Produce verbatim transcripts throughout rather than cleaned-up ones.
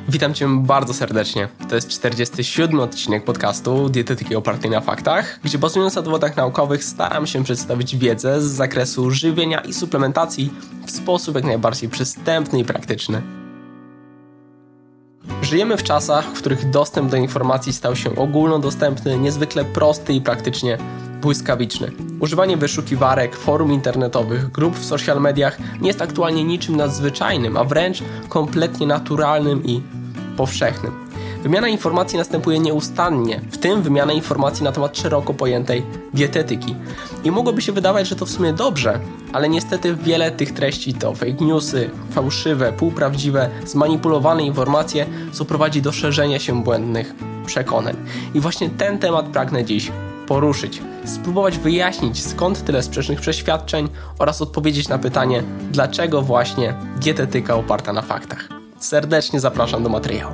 Witam Cię bardzo serdecznie. To jest czterdziesty siódmy odcinek podcastu Dietetyki opartej na faktach, gdzie bazując na dowodach naukowych staram się przedstawić wiedzę z zakresu żywienia i suplementacji w sposób jak najbardziej przystępny i praktyczny. Żyjemy w czasach, w których dostęp do informacji stał się ogólnodostępny, niezwykle prosty i praktycznie błyskawiczny. Używanie wyszukiwarek, forum internetowych, grup w social mediach nie jest aktualnie niczym nadzwyczajnym, a wręcz kompletnie naturalnym i powszechnym. Wymiana informacji następuje nieustannie, w tym wymiana informacji na temat szeroko pojętej dietetyki. I mogłoby się wydawać, że to w sumie dobrze, ale niestety wiele tych treści to fake newsy, fałszywe, półprawdziwe, zmanipulowane informacje, co prowadzi do szerzenia się błędnych przekonań. I właśnie ten temat pragnę dziś poruszyć. Spróbować wyjaśnić, skąd tyle sprzecznych przeświadczeń oraz odpowiedzieć na pytanie, dlaczego właśnie dietetyka oparta na faktach. Serdecznie zapraszam do materiału.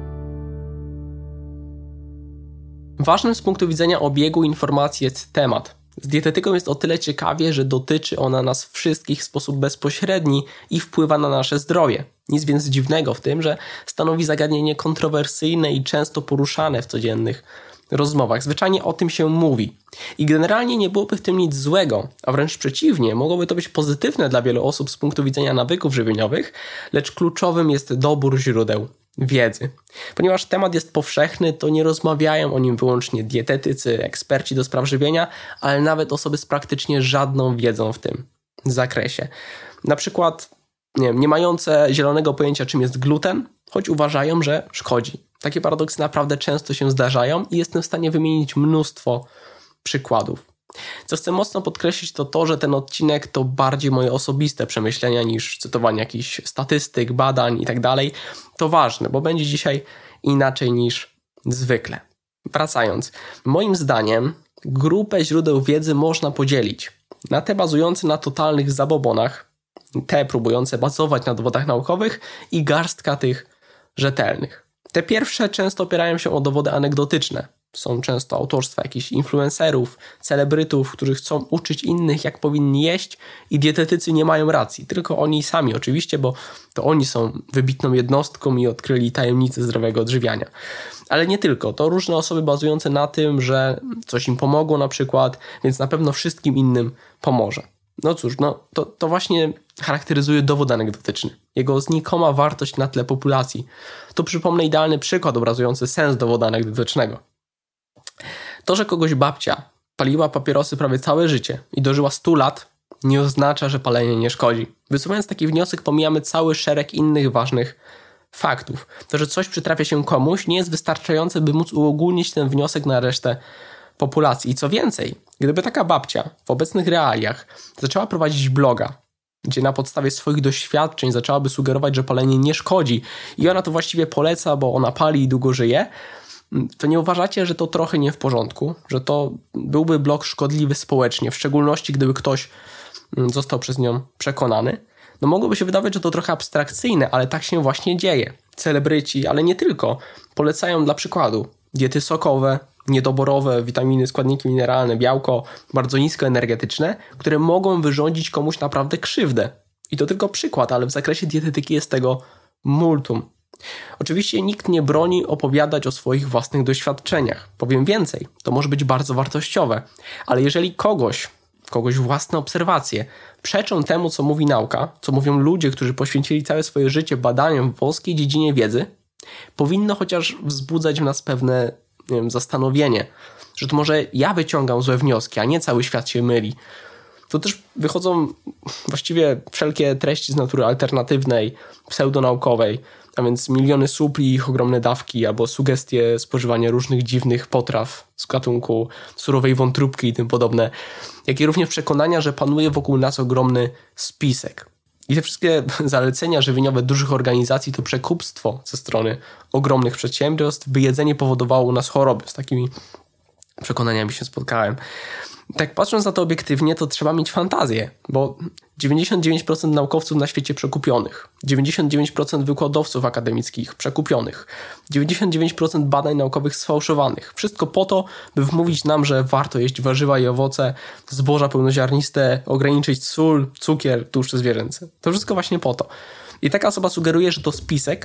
Ważnym z punktu widzenia obiegu informacji jest temat. Z dietetyką jest o tyle ciekawie, że dotyczy ona nas wszystkich w sposób bezpośredni i wpływa na nasze zdrowie. Nic więc dziwnego w tym, że stanowi zagadnienie kontrowersyjne i często poruszane w codziennych rozmowach. Zwyczajnie o tym się mówi. I generalnie nie byłoby w tym nic złego, a wręcz przeciwnie, mogłoby to być pozytywne dla wielu osób z punktu widzenia nawyków żywieniowych, lecz kluczowym jest dobór źródeł wiedzy. Ponieważ temat jest powszechny, to nie rozmawiają o nim wyłącznie dietetycy, eksperci do spraw żywienia, ale nawet osoby z praktycznie żadną wiedzą w tym zakresie. Na przykład nie wiem, nie mające zielonego pojęcia, czym jest gluten, choć uważają, że szkodzi. Takie paradoksy naprawdę często się zdarzają i jestem w stanie wymienić mnóstwo przykładów. Co chcę mocno podkreślić, to to, że ten odcinek to bardziej moje osobiste przemyślenia niż cytowanie jakichś statystyk, badań itd. To ważne, bo będzie dzisiaj inaczej niż zwykle. Wracając, moim zdaniem grupę źródeł wiedzy można podzielić na te bazujące na totalnych zabobonach, te próbujące bazować na dowodach naukowych i garstka tych rzetelnych. Te pierwsze często opierają się o dowody anegdotyczne. Są często autorstwa jakichś influencerów, celebrytów, którzy chcą uczyć innych, jak powinni jeść i dietetycy nie mają racji. Tylko oni sami oczywiście, bo to oni są wybitną jednostką i odkryli tajemnicę zdrowego odżywiania. Ale nie tylko. To różne osoby bazujące na tym, że coś im pomogło na przykład, więc na pewno wszystkim innym pomoże. No cóż, no to, to właśnie charakteryzuje dowód anegdotyczny. Jego znikoma wartość na tle populacji. To przypomnę idealny przykład obrazujący sens dowodu anegdotycznego. To, że kogoś babcia paliła papierosy prawie całe życie i dożyła stu lat, nie oznacza, że palenie nie szkodzi. Wysuwając taki wniosek, pomijamy cały szereg innych ważnych faktów. To, że coś przytrafia się komuś, nie jest wystarczające, by móc uogólnić ten wniosek na resztę populacji. I co więcej, gdyby taka babcia w obecnych realiach zaczęła prowadzić bloga, gdzie na podstawie swoich doświadczeń zaczęłaby sugerować, że palenie nie szkodzi i ona to właściwie poleca, bo ona pali i długo żyje, to nie uważacie, że to trochę nie w porządku? Że to byłby blog szkodliwy społecznie, w szczególności gdyby ktoś został przez nią przekonany? No mogłoby się wydawać, że to trochę abstrakcyjne, ale tak się właśnie dzieje. Celebryci, ale nie tylko, polecają dla przykładu diety sokowe, niedoborowe, witaminy, składniki mineralne, białko, bardzo niskoenergetyczne, które mogą wyrządzić komuś naprawdę krzywdę. I to tylko przykład, ale w zakresie dietetyki jest tego multum. Oczywiście nikt nie broni opowiadać o swoich własnych doświadczeniach. Powiem więcej, to może być bardzo wartościowe, ale jeżeli kogoś, kogoś własne obserwacje przeczą temu, co mówi nauka, co mówią ludzie, którzy poświęcili całe swoje życie badaniom w wąskiej dziedzinie wiedzy, powinno chociaż wzbudzać w nas pewne, nie wiem, zastanowienie, że to może ja wyciągam złe wnioski, a nie cały świat się myli. To też wychodzą właściwie wszelkie treści z natury alternatywnej, pseudonaukowej, a więc miliony supli, ich ogromne dawki, albo sugestie spożywania różnych dziwnych potraw z gatunku surowej wątróbki i tym podobne, jak i również przekonania, że panuje wokół nas ogromny spisek. I te wszystkie zalecenia żywieniowe dużych organizacji to przekupstwo ze strony ogromnych przedsiębiorstw, by jedzenie powodowało u nas choroby. Z takimi przekonaniami się spotkałem. Tak patrząc na to obiektywnie, to trzeba mieć fantazję, bo dziewięćdziesiąt dziewięć procent naukowców na świecie przekupionych, dziewięćdziesiąt dziewięć procent wykładowców akademickich przekupionych, dziewięćdziesiąt dziewięć procent badań naukowych sfałszowanych. Wszystko po to, by wmówić nam, że warto jeść warzywa i owoce, zboża pełnoziarniste, ograniczyć sól, cukier, tłuszcze zwierzęce. To wszystko właśnie po to. I taka osoba sugeruje, że to spisek,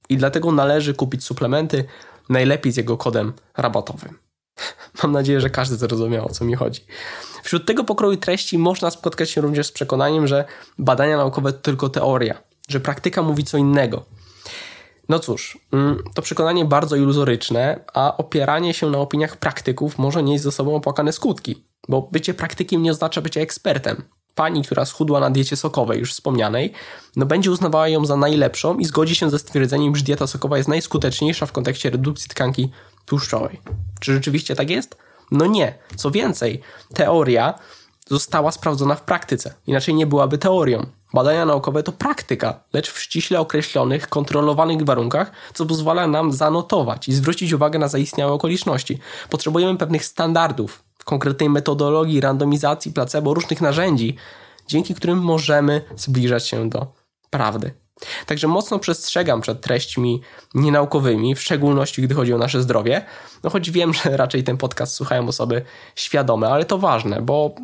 I dlatego należy kupić suplementy, najlepiej z jego kodem rabatowym. Mam nadzieję, że każdy zrozumiał, o co mi chodzi. Wśród tego pokroju treści można spotkać się również z przekonaniem, że badania naukowe to tylko teoria, że praktyka mówi co innego. No cóż, to przekonanie bardzo iluzoryczne, a opieranie się na opiniach praktyków może nieść ze sobą opłakane skutki, bo bycie praktykiem nie oznacza bycie ekspertem. Pani, która schudła na diecie sokowej, już wspomnianej, no będzie uznawała ją za najlepszą i zgodzi się ze stwierdzeniem, że dieta sokowa jest najskuteczniejsza w kontekście redukcji tkanki tłuszczowej. Czy rzeczywiście tak jest? No nie. Co więcej, teoria została sprawdzona w praktyce. Inaczej nie byłaby teorią. Badania naukowe to praktyka, lecz w ściśle określonych, kontrolowanych warunkach, co pozwala nam zanotować i zwrócić uwagę na zaistniałe okoliczności. Potrzebujemy pewnych standardów, konkretnej metodologii, randomizacji, placebo, różnych narzędzi, dzięki którym możemy zbliżać się do prawdy. Także mocno przestrzegam przed treśćmi nienaukowymi, w szczególności gdy chodzi o nasze zdrowie, no choć wiem, że raczej ten podcast słuchają osoby świadome, ale to ważne, bo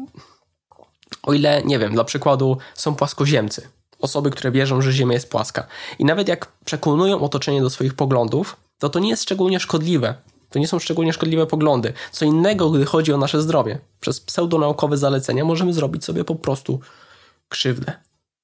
o ile, nie wiem, dla przykładu są płaskoziemcy, osoby, które wierzą, że Ziemia jest płaska i nawet jak przekonują otoczenie do swoich poglądów, to to nie jest szczególnie szkodliwe. To nie są szczególnie szkodliwe poglądy. Co innego, gdy chodzi o nasze zdrowie. Przez pseudonaukowe zalecenia możemy zrobić sobie po prostu krzywdę.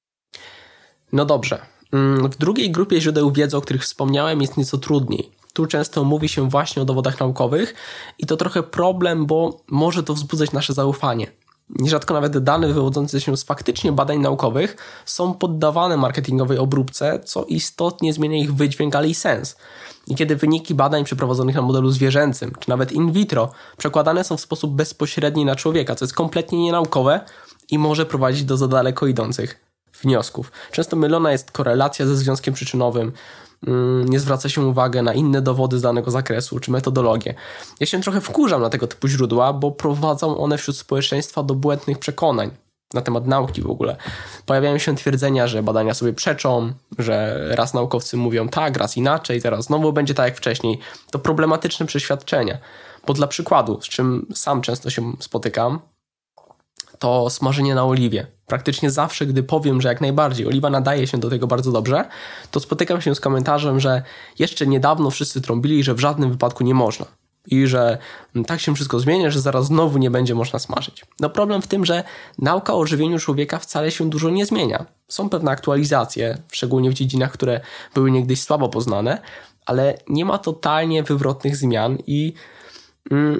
No dobrze. W drugiej grupie źródeł wiedzy, o których wspomniałem, jest nieco trudniej. Tu często mówi się właśnie o dowodach naukowych i to trochę problem, bo może to wzbudzać nasze zaufanie. Nierzadko nawet dane wywodzące się z faktycznie badań naukowych są poddawane marketingowej obróbce, co istotnie zmienia ich wydźwięk, ale i sens. I kiedy wyniki badań przeprowadzonych na modelu zwierzęcym, czy nawet in vitro, przekładane są w sposób bezpośredni na człowieka, co jest kompletnie nienaukowe i może prowadzić do za daleko idących wniosków. Często mylona jest korelacja ze związkiem przyczynowym, nie zwraca się uwagi na inne dowody z danego zakresu czy metodologię. Ja się trochę wkurzam na tego typu źródła, bo prowadzą one wśród społeczeństwa do błędnych przekonań na temat nauki w ogóle. Pojawiają się twierdzenia, że badania sobie przeczą, że raz naukowcy mówią tak, raz inaczej, teraz znowu będzie tak jak wcześniej. To problematyczne przeświadczenia, bo dla przykładu, z czym sam często się spotykam, to smażenie na oliwie. Praktycznie zawsze, gdy powiem, że jak najbardziej oliwa nadaje się do tego bardzo dobrze, to spotykam się z komentarzem, że jeszcze niedawno wszyscy trąbili, że w żadnym wypadku nie można. I że tak się wszystko zmienia, że zaraz znowu nie będzie można smażyć. No problem w tym, że nauka o żywieniu człowieka wcale się dużo nie zmienia. Są pewne aktualizacje, szczególnie w dziedzinach, które były niegdyś słabo poznane, ale nie ma totalnie wywrotnych zmian i... Mm,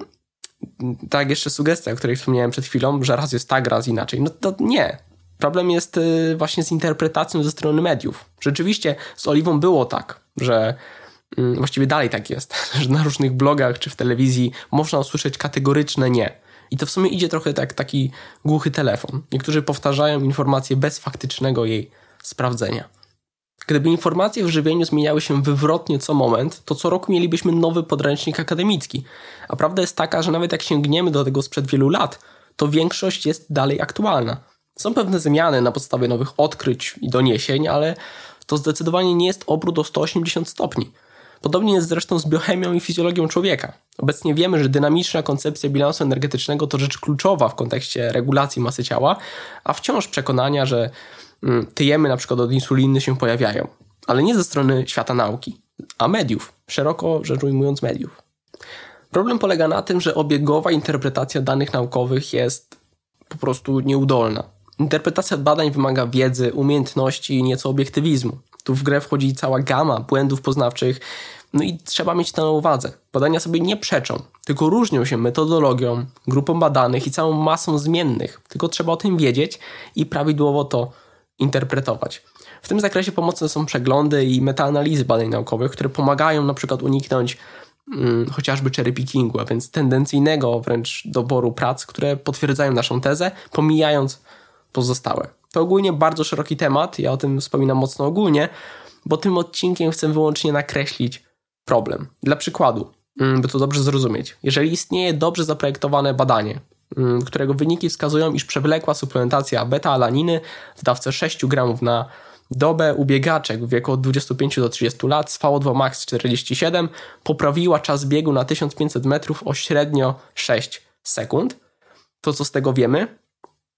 tak, jeszcze sugestia, o której wspomniałem przed chwilą, że raz jest tak, raz inaczej. No to nie. Problem jest właśnie z interpretacją ze strony mediów. Rzeczywiście z oliwą było tak, że właściwie dalej tak jest, że na różnych blogach czy w telewizji można usłyszeć kategoryczne nie. I to w sumie idzie trochę tak taki głuchy telefon. Niektórzy powtarzają informację bez faktycznego jej sprawdzenia. Gdyby informacje w żywieniu zmieniały się wywrotnie co moment, to co roku mielibyśmy nowy podręcznik akademicki. A prawda jest taka, że nawet jak sięgniemy do tego sprzed wielu lat, to większość jest dalej aktualna. Są pewne zmiany na podstawie nowych odkryć i doniesień, ale to zdecydowanie nie jest obrót o sto osiemdziesiąt stopni. Podobnie jest zresztą z biochemią i fizjologią człowieka. Obecnie wiemy, że dynamiczna koncepcja bilansu energetycznego to rzecz kluczowa w kontekście regulacji masy ciała, a wciąż przekonania, że tyjemy na przykład od insuliny się pojawiają, ale nie ze strony świata nauki, a mediów, szeroko rzecz ujmując mediów. Problem polega na tym, że obiegowa interpretacja danych naukowych jest po prostu nieudolna. Interpretacja badań wymaga wiedzy, umiejętności i nieco obiektywizmu. Tu w grę wchodzi cała gama błędów poznawczych, no i trzeba mieć to na uwadze. Badania sobie nie przeczą, tylko różnią się metodologią, grupą badanych i całą masą zmiennych. Tylko trzeba o tym wiedzieć i prawidłowo to interpretować. W tym zakresie pomocne są przeglądy i metaanalizy badań naukowych, które pomagają na przykład uniknąć hmm, chociażby cherry pickingu, a więc tendencyjnego wręcz doboru prac, które potwierdzają naszą tezę, pomijając pozostałe. To ogólnie bardzo szeroki temat, ja o tym wspominam mocno ogólnie, bo tym odcinkiem chcę wyłącznie nakreślić problem. Dla przykładu, by to dobrze zrozumieć, jeżeli istnieje dobrze zaprojektowane badanie, którego wyniki wskazują, iż przewlekła suplementacja beta-alaniny w dawce sześć gramów na dobę u biegaczek w wieku od dwudziestu pięciu do trzydziestu lat z V O dwa max czterdzieści siedem poprawiła czas biegu na tysiąc pięćset metrów o średnio sześć sekund. To co z tego wiemy?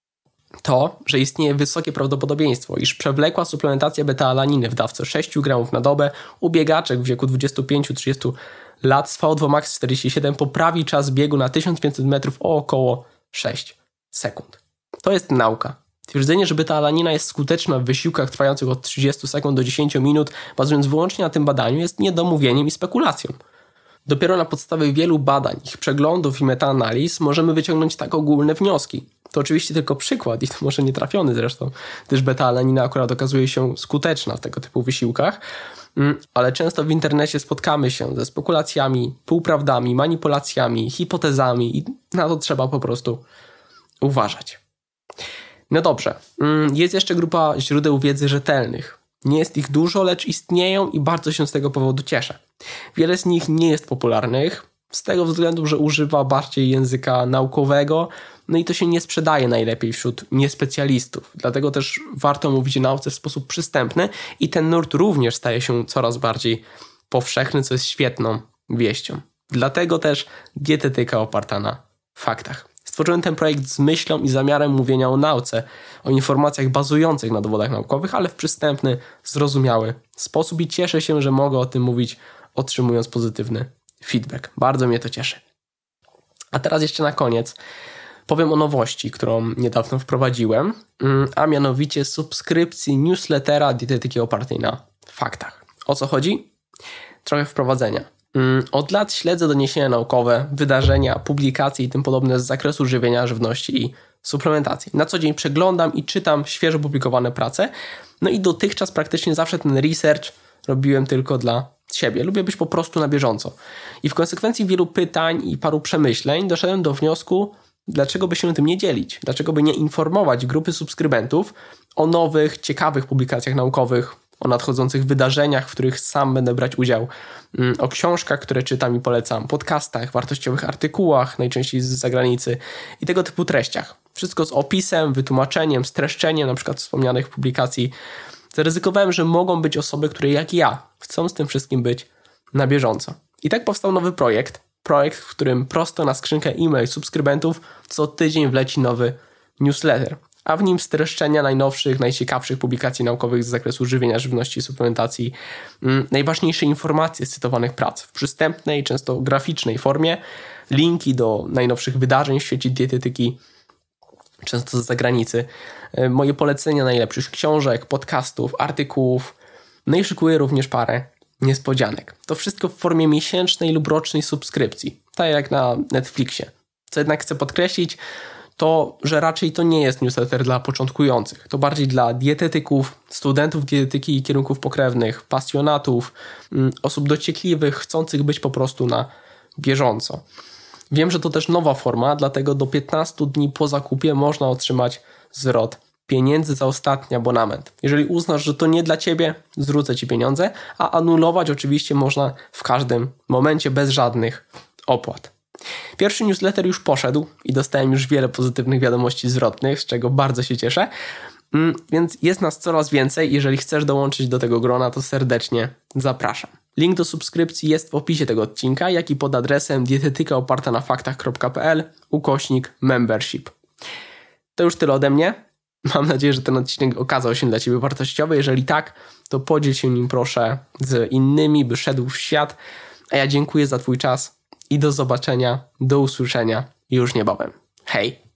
to, że istnieje wysokie prawdopodobieństwo, iż przewlekła suplementacja beta-alaniny w dawce sześć gramów na dobę u biegaczek w wieku dwudziestu pięciu do trzydziestu lat z V dwa Max czterdzieści siedem poprawi czas biegu na tysiąc pięćset metrów o około sześć sekund. To jest nauka. Twierdzenie, że beta-alanina jest skuteczna w wysiłkach trwających od trzydziestu sekund do dziesięciu minut, bazując wyłącznie na tym badaniu, jest niedomówieniem i spekulacją. Dopiero na podstawie wielu badań, ich przeglądów i metaanaliz możemy wyciągnąć tak ogólne wnioski. To oczywiście tylko przykład i to może nie trafiony zresztą, gdyż beta-alanina akurat okazuje się skuteczna w tego typu wysiłkach, ale często w internecie spotkamy się ze spekulacjami, półprawdami, manipulacjami, hipotezami i na to trzeba po prostu uważać. No dobrze, jest jeszcze grupa źródeł wiedzy rzetelnych. Nie jest ich dużo, lecz istnieją i bardzo się z tego powodu cieszę. Wiele z nich nie jest popularnych, z tego względu, że używa bardziej języka naukowego, no i to się nie sprzedaje najlepiej wśród niespecjalistów. Dlatego też warto mówić o nauce w sposób przystępny i ten nurt również staje się coraz bardziej powszechny, co jest świetną wieścią. Dlatego też dietetyka oparta na faktach. Stworzyłem ten projekt z myślą i zamiarem mówienia o nauce, o informacjach bazujących na dowodach naukowych, ale w przystępny, zrozumiały sposób i cieszę się, że mogę o tym mówić, otrzymując pozytywny feedback. Bardzo mnie to cieszy. A teraz jeszcze na koniec powiem o nowości, którą niedawno wprowadziłem, a mianowicie subskrypcji newslettera dietetyki opartej na faktach. O co chodzi? Trochę wprowadzenia. Od lat śledzę doniesienia naukowe, wydarzenia, publikacje i tym podobne z zakresu żywienia, żywności i suplementacji. Na co dzień przeglądam i czytam świeżo publikowane prace, no i dotychczas praktycznie zawsze ten research robiłem tylko dla siebie. Lubię być po prostu na bieżąco. I w konsekwencji wielu pytań i paru przemyśleń doszedłem do wniosku, dlaczego by się tym nie dzielić? Dlaczego by nie informować grupy subskrybentów o nowych, ciekawych publikacjach naukowych, o nadchodzących wydarzeniach, w których sam będę brać udział, o książkach, które czytam i polecam, podcastach, wartościowych artykułach, najczęściej z zagranicy i tego typu treściach. Wszystko z opisem, wytłumaczeniem, streszczeniem na przykład wspomnianych publikacji. Zaryzykowałem, że mogą być osoby, które jak ja chcą z tym wszystkim być na bieżąco. I tak powstał nowy projekt. Projekt, w którym prosto na skrzynkę e-mail subskrybentów co tydzień wleci nowy newsletter, a w nim streszczenia najnowszych, najciekawszych publikacji naukowych z zakresu żywienia, żywności i suplementacji, mm, najważniejsze informacje z cytowanych prac w przystępnej, często graficznej formie, linki do najnowszych wydarzeń w świecie dietetyki, często z zagranicy, moje polecenia najlepszych książek, podcastów, artykułów, no i szykuję również parę niespodzianek. To wszystko w formie miesięcznej lub rocznej subskrypcji, tak jak na Netflixie. Co jednak chcę podkreślić, to, że raczej to nie jest newsletter dla początkujących. To bardziej dla dietetyków, studentów dietetyki i kierunków pokrewnych, pasjonatów, osób dociekliwych, chcących być po prostu na bieżąco. Wiem, że to też nowa forma, dlatego do piętnastu dni po zakupie można otrzymać zwrot pieniędzy za ostatni abonament. Jeżeli uznasz, że to nie dla Ciebie, zwrócę Ci pieniądze, a anulować oczywiście można w każdym momencie bez żadnych opłat. Pierwszy newsletter już poszedł i dostałem już wiele pozytywnych wiadomości zwrotnych, z czego bardzo się cieszę, więc jest nas coraz więcej. Jeżeli chcesz dołączyć do tego grona, to serdecznie zapraszam. Link do subskrypcji jest w opisie tego odcinka, jak i pod adresem dietetyka oparta na faktach kropka p l ukośnik membership. To już tyle ode mnie. Mam nadzieję, że ten odcinek okazał się dla Ciebie wartościowy. Jeżeli tak, to podziel się nim proszę z innymi, by szedł w świat. A ja dziękuję za Twój czas i do zobaczenia, do usłyszenia już niebawem. Hej!